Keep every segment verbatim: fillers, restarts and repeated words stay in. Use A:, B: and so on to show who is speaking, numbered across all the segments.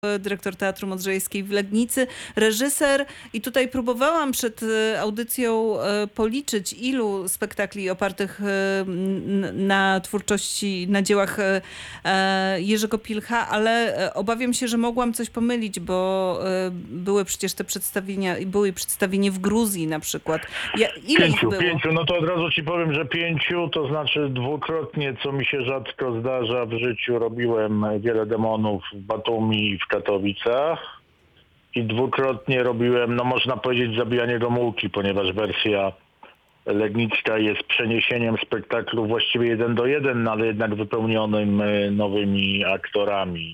A: dyrektor Teatru Modrzejewskiej w Legnicy, reżyser i tutaj próbowałam przed audycją policzyć, ilu spektakli opartych na twórczości, na dziełach Jerzego Pilcha, ale obawiam się, że mogłam coś pomylić, bo były przecież te przedstawienia, były przedstawienie w Gruzji na przykład. Ja, ile
B: pięciu,
A: ich było?
B: pięciu, no to od razu ci powiem, że pięciu, to znaczy dwukrotnie, co mi się rzadko zdarza w życiu, robiłem Wiele Demonów w Batumi i w Katowicach i dwukrotnie robiłem, no można powiedzieć, Zabijanie Gomułki, ponieważ wersja legnicka jest przeniesieniem spektaklu właściwie jeden do jeden, no ale jednak wypełnionym nowymi aktorami.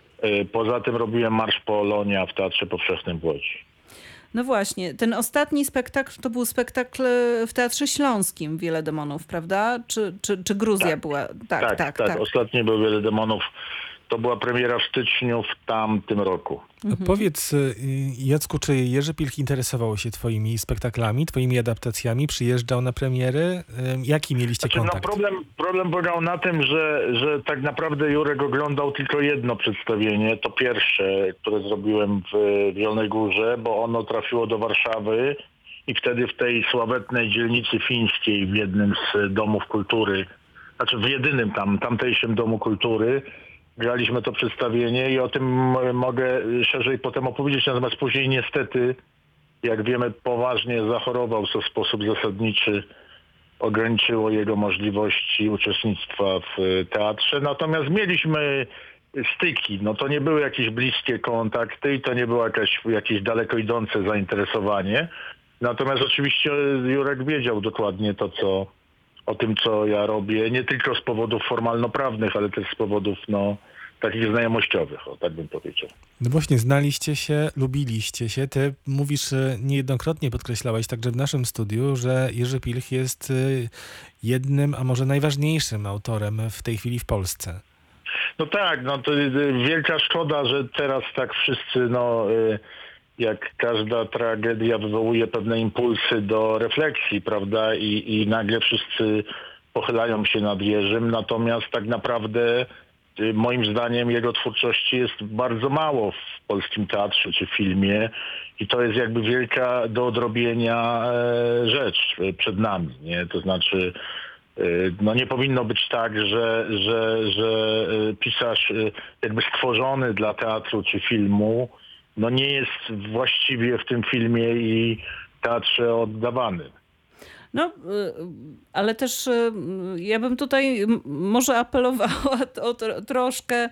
B: Poza tym robiłem Marsz Polonia w Teatrze Powszechnym w Łodzi.
A: No właśnie, ten ostatni spektakl to był spektakl w Teatrze Śląskim Wiele Demonów, prawda? Czy, czy, czy Gruzja
B: tak.
A: była? Tak,
B: tak,
A: tak,
B: tak.
A: tak.
B: Ostatnio był Wiele Demonów. To była premiera w styczniu w tamtym roku.
C: Mhm. Powiedz, Jacku, czy Jerzy Pilch interesował się twoimi spektaklami, twoimi adaptacjami? Przyjeżdżał na premiery? Jaki mieliście
B: znaczy,
C: kontakt?
B: No problem, problem polegał na tym, że, że tak naprawdę Jurek oglądał tylko jedno przedstawienie. To pierwsze, które zrobiłem w Zielonej Górze, bo ono trafiło do Warszawy i wtedy w tej sławetnej dzielnicy fińskiej w jednym z domów kultury, znaczy w jedynym tam, tamtejszym domu kultury, graliśmy to przedstawienie i o tym mogę szerzej potem opowiedzieć, natomiast później niestety, jak wiemy, poważnie zachorował, co w sposób zasadniczy ograniczyło jego możliwości uczestnictwa w teatrze. Natomiast mieliśmy styki, no to nie były jakieś bliskie kontakty i to nie było jakaś, jakieś daleko idące zainteresowanie. Natomiast oczywiście Jurek wiedział dokładnie to, co o tym, co ja robię, nie tylko z powodów formalno-prawnych, ale też z powodów, no, takich znajomościowych, o tak bym powiedział.
C: No właśnie, znaliście się, lubiliście się. Ty mówisz, niejednokrotnie podkreślałeś także w naszym studiu, że Jerzy Pilch jest jednym, a może najważniejszym autorem w tej chwili w Polsce.
B: No tak, no to wielka szkoda, że teraz tak wszyscy, no jak każda tragedia wywołuje pewne impulsy do refleksji, prawda, i, i nagle wszyscy pochylają się nad Jerzym, natomiast tak naprawdę moim zdaniem jego twórczości jest bardzo mało w polskim teatrze czy filmie i to jest jakby wielka do odrobienia rzecz przed nami, nie? To znaczy no nie powinno być tak, że, że, że pisarz jakby stworzony dla teatru czy filmu no nie jest właściwie w tym filmie i teatrze oddawany.
A: No, ale też ja bym tutaj może apelowała o troszkę,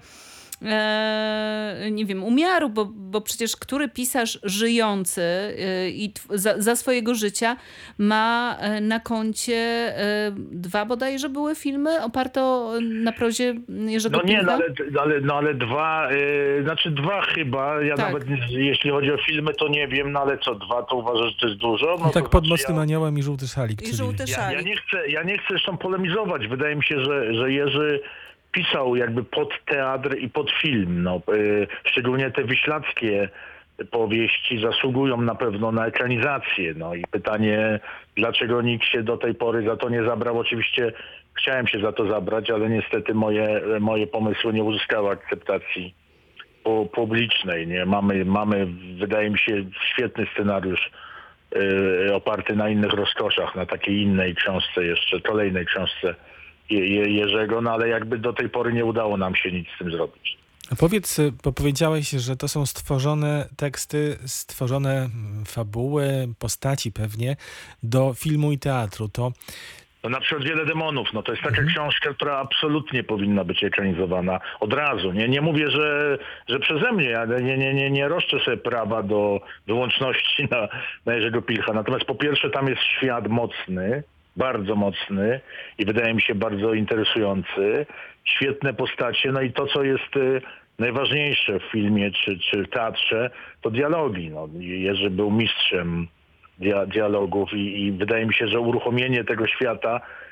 A: e, nie wiem, umiaru, bo, bo przecież który pisarz żyjący i za, za swojego życia ma na koncie dwa bodajże były filmy oparte na prozie Jerzego
B: No nie,
A: Pilcha?
B: no ale, ale, no ale dwa, yy, znaczy dwa chyba, ja
A: tak.
B: nawet jeśli chodzi o filmy, to nie wiem, no ale co, dwa to uważasz, że to jest dużo? No
C: no tak,
B: to
C: Pod
B: znaczy
C: Mocnym
B: ja...
C: Aniołem i Żółty Szalik.
A: I
C: czyli...
A: Żółty Szalik.
B: Ja, ja, nie chcę, ja nie chcę zresztą polemizować, wydaje mi się, że, że Jerzy pisał jakby pod teatr i pod film, no, yy, szczególnie te wyślackie powieści zasługują na pewno na ekranizację, no i pytanie, dlaczego nikt się do tej pory za to nie zabrał. Oczywiście chciałem się za to zabrać, ale niestety moje, moje pomysły nie uzyskały akceptacji pu- publicznej. Nie? Mamy, mamy, wydaje mi się, świetny scenariusz yy, oparty na innych rozkoszach, na takiej innej książce jeszcze, kolejnej książce Je- Je- Jerzego, no ale jakby do tej pory nie udało nam się nic z tym zrobić.
C: A powiedz, bo powiedziałeś, że to są stworzone teksty, stworzone fabuły, postaci pewnie do filmu i teatru. To
B: No na przykład Wiele Demonów, no to jest taka
C: mhm.
B: książka, która absolutnie powinna być ekranizowana od razu. Nie, nie mówię, że, że przeze mnie, ale nie, nie, nie, nie roszczę sobie prawa do wyłączności na, na Jerzego Pilcha. Natomiast po pierwsze tam jest świat mocny, bardzo mocny i wydaje mi się bardzo interesujący. Świetne postacie, no i to, co jest y, najważniejsze w filmie czy, czy w teatrze, to dialogi. No, Jerzy był mistrzem dia- dialogów i, i wydaje mi się, że uruchomienie tego świata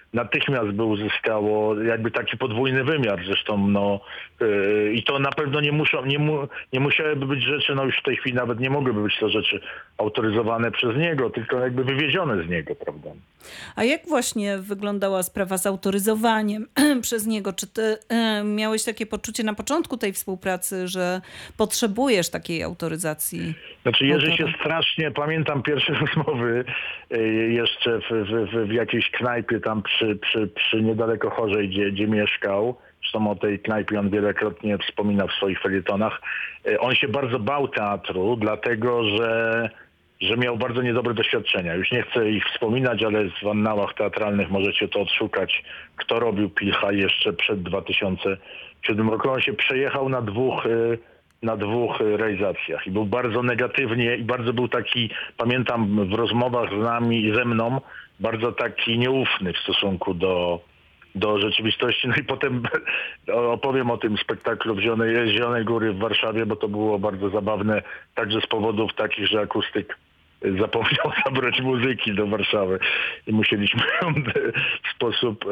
B: natychmiast by uzyskało jakby taki podwójny wymiar. Zresztą no yy, i to na pewno nie muszą, nie, mu, nie musiałyby być rzeczy, no już w tej chwili nawet nie mogłyby być to rzeczy autoryzowane przez niego, tylko jakby wywiezione z niego, prawda?
A: A jak właśnie wyglądała sprawa z autoryzowaniem przez niego? Czy ty e, miałeś takie poczucie na początku tej współpracy, że potrzebujesz takiej autoryzacji?
B: Znaczy Jerzy
A: autora?
B: się strasznie, pamiętam pierwsze rozmowy y, jeszcze w, w, w, w jakiejś knajpie tam przy, przy, przy niedaleko Chorzej, gdzie, gdzie mieszkał. Zresztą o tej knajpie on wielokrotnie wspomina w swoich felietonach. Y, On się bardzo bał teatru, dlatego że, że miał bardzo niedobre doświadczenia. Już nie chcę ich wspominać, ale w annałach teatralnych możecie to odszukać, kto robił Pilcha jeszcze przed dwa tysiące siódmym rokiem. On się przejechał na dwóch y, na dwóch realizacjach i był bardzo negatywnie i bardzo był taki, pamiętam w rozmowach z nami i ze mną, bardzo taki nieufny w stosunku do, do rzeczywistości. No i potem opowiem o tym spektaklu w Zielonej, Zielonej Góry w Warszawie, bo to było bardzo zabawne, także z powodów takich, że akustyk zapomniał zabrać muzyki do Warszawy i musieliśmy ją w sposób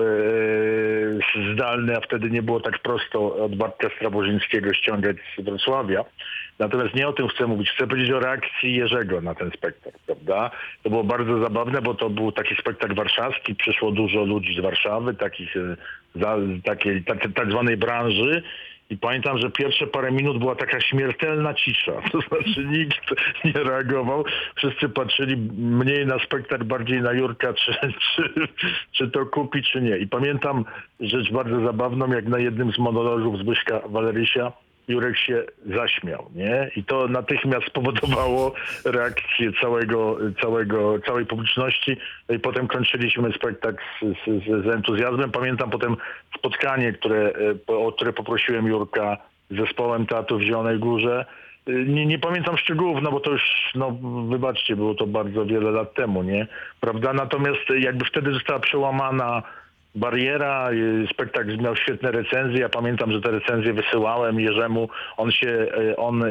B: e, zdalny, a wtedy nie było tak prosto od Bartka Strabożyńskiego ściągać z Wrocławia. Natomiast nie o tym chcę mówić. Chcę powiedzieć o reakcji Jerzego na ten spektakl, prawda? To było bardzo zabawne, bo to był taki spektakl warszawski. Przyszło dużo ludzi z Warszawy, takich e, za, takiej tak, tak zwanej branży. I pamiętam, że pierwsze parę minut była taka śmiertelna cisza. To znaczy nikt nie reagował. Wszyscy patrzyli mniej na spektakl, bardziej na Jurka, czy, czy, czy to kupi, czy nie. I pamiętam rzecz bardzo zabawną, jak na jednym z monologów Zbyszka Walerysia Jurek się zaśmiał, nie? I to natychmiast spowodowało reakcję całego, całego, całej publiczności. No i potem kończyliśmy spektakl z, z, z entuzjazmem. Pamiętam potem spotkanie, które, o które poprosiłem Jurka z zespołem teatru w Zielonej Górze. Nie, nie pamiętam szczegółów, no bo to już, no wybaczcie, było to bardzo wiele lat temu, nie? Prawda? Natomiast jakby wtedy została przełamana bariera, spektakl miał świetne recenzje. Ja pamiętam, że te recenzje wysyłałem Jerzemu. On się, on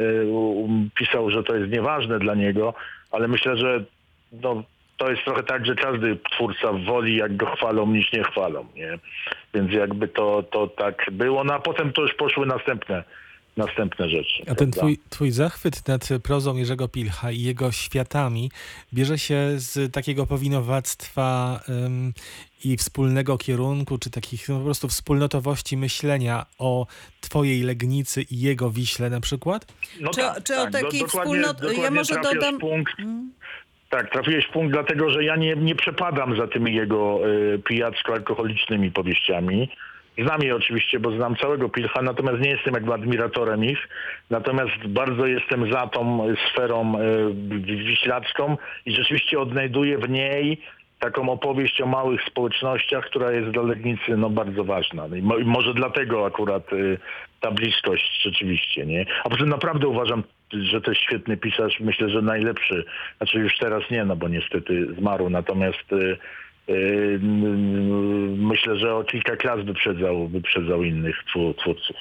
B: pisał, że to jest nieważne dla niego, ale myślę, że no, to jest trochę tak, że każdy twórca woli, jak go chwalą, niż nie chwalą, nie? Więc jakby to, to tak było. No a potem to już poszły następne następne rzeczy.
C: A ten twój, twój zachwyt nad prozą Jerzego Pilcha i jego światami bierze się z takiego powinowactwa um, i wspólnego kierunku, czy takich no, po prostu wspólnotowości myślenia o twojej Legnicy i jego Wiśle na przykład?
B: No
A: Czy,
B: tak,
A: czy
B: tak,
A: o takiej
B: do, dokładnie,
A: wspólnot...
B: dokładnie
A: Ja może
B: trafiasz
A: dodam...
B: w punkt.
A: Mm.
B: Tak, trafiłeś w punkt, dlatego że ja nie, nie przepadam za tymi jego y, pijacko-alkoholicznymi powieściami. Znam je oczywiście, bo znam całego Pilcha, natomiast nie jestem jakby admiratorem ich. Natomiast bardzo jestem za tą sferą y, wiślacką i rzeczywiście odnajduję w niej taką opowieść o małych społecznościach, która jest dla Legnicy no, bardzo ważna. I, mo, i może dlatego akurat y, ta bliskość rzeczywiście, nie? A poza tym naprawdę uważam, że to jest świetny pisarz. Myślę, że najlepszy. Znaczy już teraz nie, no bo niestety zmarł. Natomiast y, y, myślę, że o kilka klas wyprzedzał, wyprzedzał innych twórców.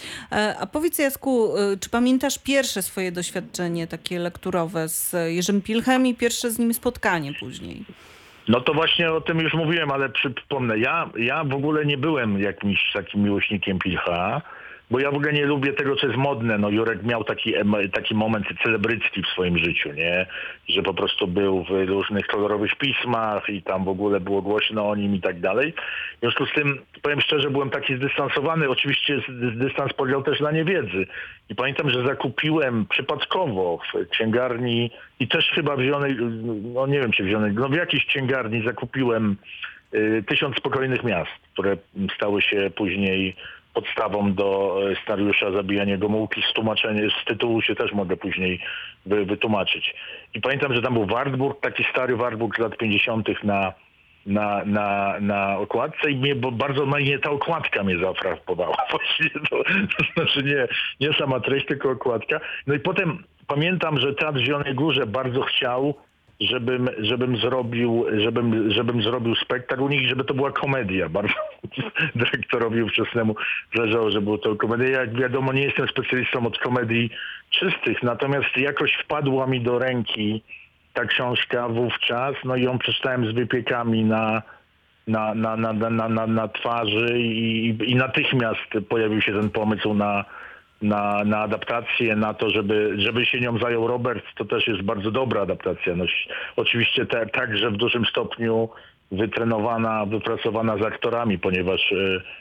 A: A powiedz, Jacku, czy pamiętasz pierwsze swoje doświadczenie takie lekturowe z Jerzym Pilchem i pierwsze z nim spotkanie później?
B: No to właśnie o tym już mówiłem, ale przypomnę, ja, ja w ogóle nie byłem jakimś takim miłośnikiem Pilcha, bo ja w ogóle nie lubię tego, co jest modne. No Jurek miał taki, taki moment celebrycki w swoim życiu, nie? Że po prostu był w różnych kolorowych pismach i tam w ogóle było głośno o nim i tak dalej. W związku z tym, powiem szczerze, byłem taki zdystansowany. Oczywiście dystans polegał też na niewiedzy. I pamiętam, że zakupiłem przypadkowo w księgarni i też chyba w Zielonej, no nie wiem czy w Zielonej, no w jakiejś księgarni zakupiłem y, Tysiąc Spokojnych Miast, które stały się później podstawą do scenariusza Zabijanie Gomułki. Z tłumaczenia, z tytułu się też mogę później wy, wytłumaczyć. I pamiętam, że tam był Wartburg, taki stary Wartburg z lat pięćdziesiątych na, na, na, na okładce i mnie, bo bardzo mnie ta okładka mnie zafrapowała. Właściwie to, to znaczy nie, nie sama treść, tylko okładka. No i potem pamiętam, że Teatr w Zielonej Górze bardzo chciał, żebym, żebym zrobił, żebym, żebym zrobił spektakl u nich, żeby to była komedia. Bardzo dyrektorowi ówczesnemu zależało, że było to komedia. Jak wiadomo, nie jestem specjalistą od komedii czystych, natomiast jakoś wpadła mi do ręki ta książka wówczas, no i ją przeczytałem z wypiekami na, na, na, na, na, na, na twarzy i, i natychmiast pojawił się ten pomysł na, na, na adaptację, na to, żeby, żeby się nią zajął Robert. To też jest bardzo dobra adaptacja. No, oczywiście te, także w dużym stopniu wytrenowana, wypracowana z aktorami, ponieważ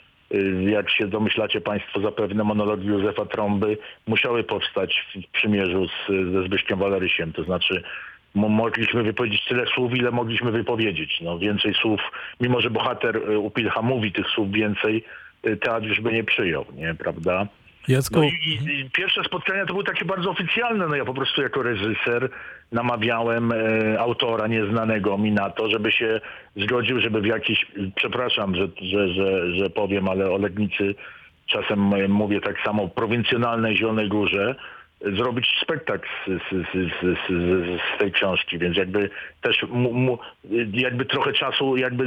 B: jak się domyślacie Państwo, zapewne monologi Józefa Trąby musiały powstać w przymierzu z, ze Zbyszkiem Walerysiem. To znaczy mo- mogliśmy wypowiedzieć tyle słów, ile mogliśmy wypowiedzieć. No, więcej słów, mimo że bohater u Pilcha mówi tych słów więcej, teatr już by nie przyjął, nie, prawda?
C: Jacku...
B: No i, i, i pierwsze spotkania to były takie bardzo oficjalne. No ja po prostu jako reżyser namawiałem e, autora nieznanego mi na to, żeby się zgodził, żeby w jakiś, przepraszam, że, że, że, że powiem, ale o Legnicy czasem e, mówię tak samo, prowincjonalnej Zielonej Górze, e, zrobić spektakl z, z, z, z, z, z tej książki, więc jakby też mu, mu, jakby trochę czasu jakby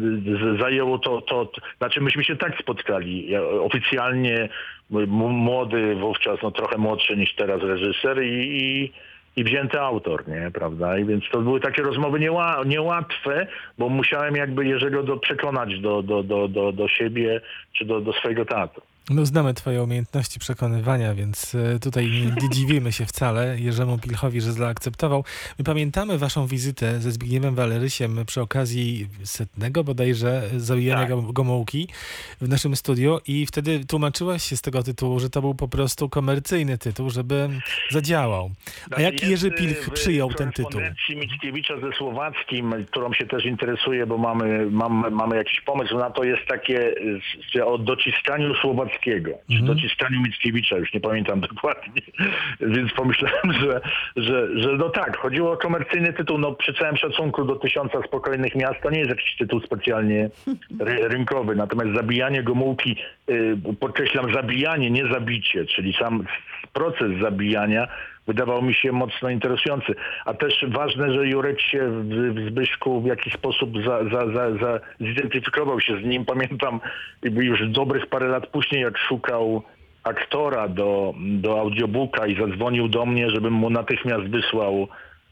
B: z, zajęło to, to, to, znaczy myśmy się tak spotkali, ja, oficjalnie m- młody wówczas, no trochę młodszy niż teraz reżyser i, i i wzięty autor, nie, prawda? I więc to były takie rozmowy nieła, niełatwe, bo musiałem jakby Jerzego do, przekonać do, do, do, do, do siebie czy do, do swojego teatru.
C: No znamy twoje umiejętności przekonywania, więc tutaj nie dziwimy się wcale Jerzemu Pilchowi, że zaakceptował. My pamiętamy waszą wizytę ze Zbigniewem Walerysiem przy okazji setnego bodajże zabijania tak. Gomułki w naszym studiu i wtedy tłumaczyłaś się z tego tytułu, że to był po prostu komercyjny tytuł, żeby zadziałał. A jak Jerzy Pilch przyjął ten tytuł? W
B: korespondencji Mickiewicza ze Słowackim, którą się też interesuje, bo mamy, mamy, mamy jakiś pomysł na to, jest takie o dociskaniu słowackiego. Czy
C: mm.
B: dociskaniu Mickiewicza, już nie pamiętam dokładnie, więc pomyślałem, że, że, że no tak, chodziło o komercyjny tytuł, no przy całym szacunku do Tysiąca Spokojnych Miast, to nie jest jakiś tytuł specjalnie ry- rynkowy, natomiast zabijanie Gomułki, yy, podkreślam zabijanie, nie zabicie, czyli sam proces zabijania wydawał mi się mocno interesujący. A też ważne, że Jurek się w, w Zbyszku w jakiś sposób za, za, za, za zidentyfikował się z nim. Pamiętam już dobrych parę lat później, jak szukał aktora do, do audiobooka i zadzwonił do mnie, żebym mu natychmiast wysłał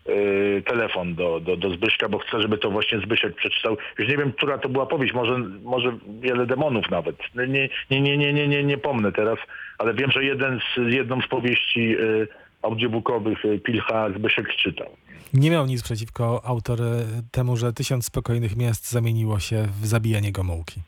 B: y, telefon do, do, do Zbyszka, bo chcę, żeby to właśnie Zbyszek przeczytał. Już nie wiem, która to była powieść, może, może Wiele demonów nawet. Nie, nie, nie, nie, nie, nie, nie pomnę teraz, ale wiem, że jeden z, jedną z powieści y, audiobookowych Pilcha Zbyszek czytał.
C: Nie miał nic przeciwko autor temu, że Tysiąc Spokojnych Miast zamieniło się w zabijanie Gomułki.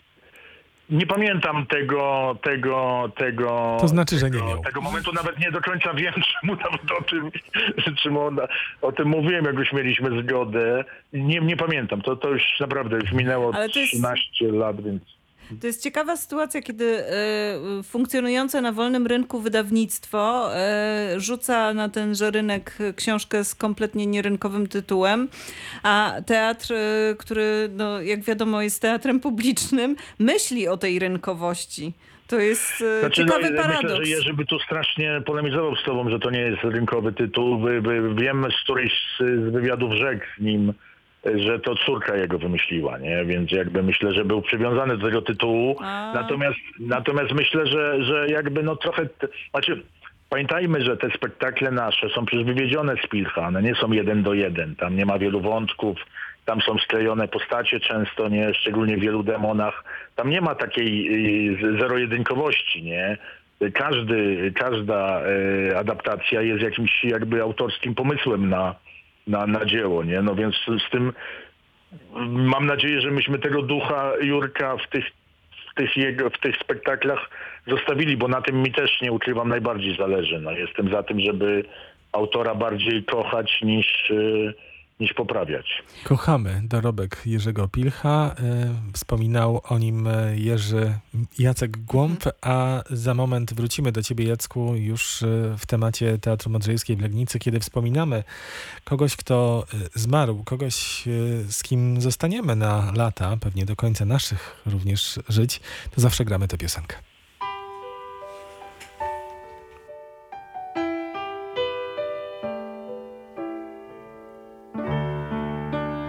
B: Nie pamiętam tego, tego, tego...
C: To znaczy,
B: tego,
C: że nie miał.
B: Tego momentu nawet nie do końca wiem, czemu nawet o tym, czemu on, o tym mówiłem, jak już mieliśmy zgodę. Nie, nie pamiętam, to, to już naprawdę już minęło trzynaście jest... lat, więc...
A: To jest ciekawa sytuacja, kiedy y, funkcjonujące na wolnym rynku wydawnictwo y, rzuca na tenże rynek książkę z kompletnie nierynkowym tytułem, a teatr, y, który no, jak wiadomo jest teatrem publicznym, myśli o tej rynkowości. To jest y,
B: znaczy,
A: ciekawy
B: no,
A: paradoks.
B: Myślę, że Jerzy by tu strasznie polemizował z tobą, że to nie jest rynkowy tytuł. By, by, wiem z którejś z wywiadów rzekł z nim, że to córka jego wymyśliła, nie? Więc jakby myślę, że był przywiązany do tego tytułu.
A: A.
B: Natomiast natomiast myślę, że, że jakby no trochę... Znaczy, pamiętajmy, że te spektakle nasze są przecież wywiedzione z Pilcha, one nie są jeden do jeden. Tam nie ma wielu wątków, tam są sklejone postacie często, nie? Szczególnie w Wielu demonach. Tam nie ma takiej y, zero-jedynkowości, nie? Każdy, każda y, adaptacja jest jakimś jakby autorskim pomysłem na Na, na dzieło, nie? No więc z tym mam nadzieję, że myśmy tego ducha Jurka w tych, w tych jego, w tych spektaklach zostawili, bo na tym mi też, nie ukrywam, najbardziej zależy. No, jestem za tym, żeby autora bardziej kochać niż, niż poprawiać.
C: Kochamy dorobek Jerzego Pilcha. Wspominał o nim Jerzy Jacek Głąb, a za moment wrócimy do ciebie, Jacku, już w temacie Teatru Modrzejewskiej w Legnicy, kiedy wspominamy kogoś, kto zmarł, kogoś, z kim zostaniemy na lata, pewnie do końca naszych również żyć, to zawsze gramy tę piosenkę.